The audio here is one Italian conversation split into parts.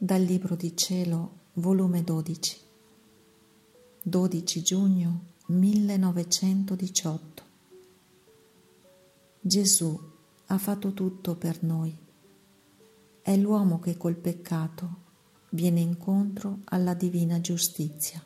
Dal Libro di Cielo, volume 12, 12 giugno 1918. Gesù ha fatto tutto per noi. È l'uomo che col peccato viene incontro alla divina giustizia.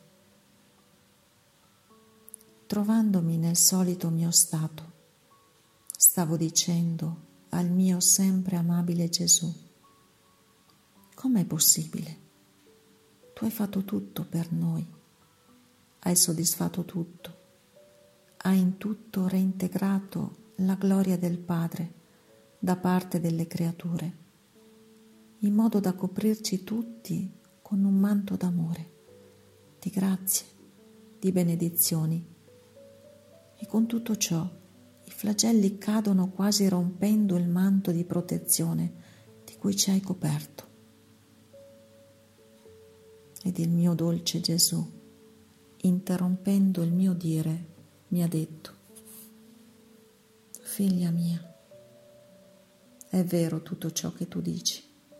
Trovandomi nel solito mio stato, stavo dicendo al mio sempre amabile Gesù: com'è possibile? Tu hai fatto tutto per noi, hai soddisfatto tutto, hai in tutto reintegrato la gloria del Padre da parte delle creature, in modo da coprirci tutti con un manto d'amore, di grazie, di benedizioni. E con tutto ciò i flagelli cadono quasi rompendo il manto di protezione di cui ci hai coperto. Ed il mio dolce Gesù, interrompendo il mio dire, mi ha detto: figlia mia, è vero tutto ciò che tu dici,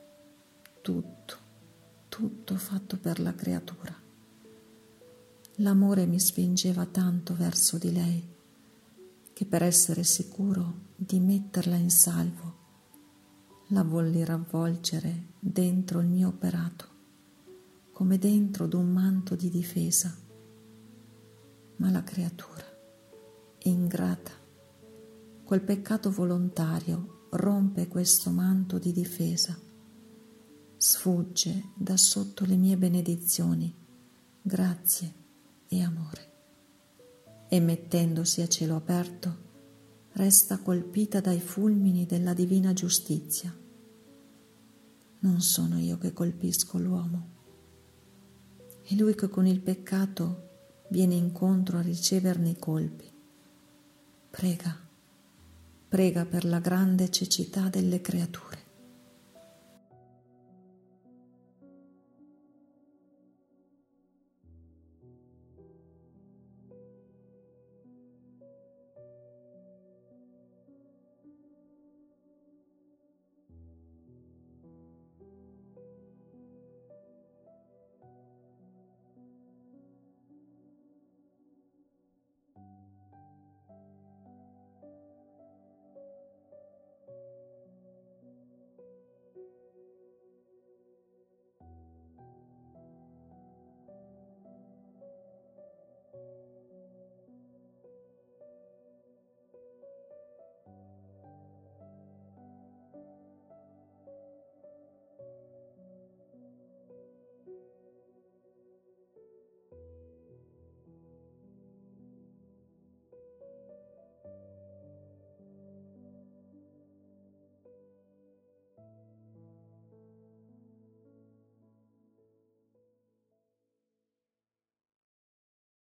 tutto fatto per la creatura. L'amore mi spingeva tanto verso di lei che per essere sicuro di metterla in salvo la volli ravvolgere dentro il mio operato, come dentro d'un manto di difesa. Ma la creatura, ingrata, col peccato volontario rompe questo manto di difesa, sfugge da sotto le mie benedizioni, grazie e amore, e mettendosi a cielo aperto resta colpita dai fulmini della divina giustizia. Non sono io che colpisco l'uomo, è lui che con il peccato viene incontro a riceverne i colpi. Prega per la grande cecità delle creature.